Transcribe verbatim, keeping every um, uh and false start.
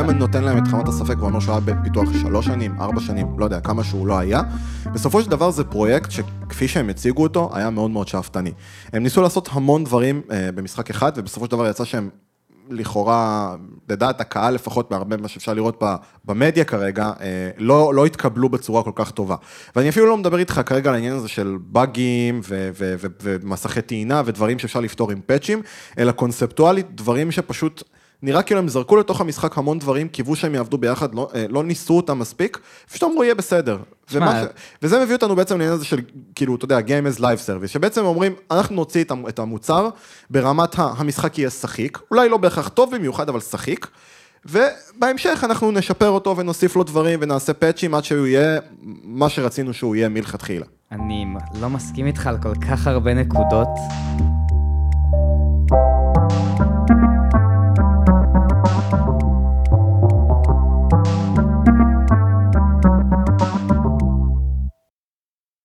גם נותן להם את חמת הספק ואומר שהוא היה בפיתוח שלוש שנים, ארבע שנים, לא יודע, כמה שהוא לא היה. בסופו של דבר זה פרויקט שכפי שהם הציגו אותו, היה מאוד מאוד שאפתני. הם ניסו לעשות המון דברים במשחק אחד, ובסופו של דבר יצא שהם לכאורה, לדעת הקהל לפחות בהרבה מה שאפשר לראות במדיה כרגע, לא, לא התקבלו בצורה כל כך טובה. ואני אפילו לא מדבר איתך כרגע על העניין הזה של באגים ו- ו- ו- ומסכי טעינה ודברים שאפשר לפתור עם פאצ'ים, אלא קונספטואלית דברים שפשוט נראה כאילו הם זרקו לתוך המשחק המון דברים, קיוו שהם יעבדו ביחד, לא, לא ניסו אותם מספיק, פשוט אמרו יהיה בסדר. ומה, וזה מביא אותנו בעצם לעניין הזה של, כאילו, אתה יודע, Game as Live Service, שבעצם אומרים, אנחנו נוציא את המוצר ברמת המשחק יהיה שחיק, אולי לא בהכרח טוב במיוחד, אבל שחיק, ובהמשך אנחנו נשפר אותו ונוסיף לו דברים ונעשה פאצ'ים עד שהוא יהיה מה שרצינו שהוא יהיה מלכתחילה. אני לא מסכים איתך על כל כך הרבה נקודות.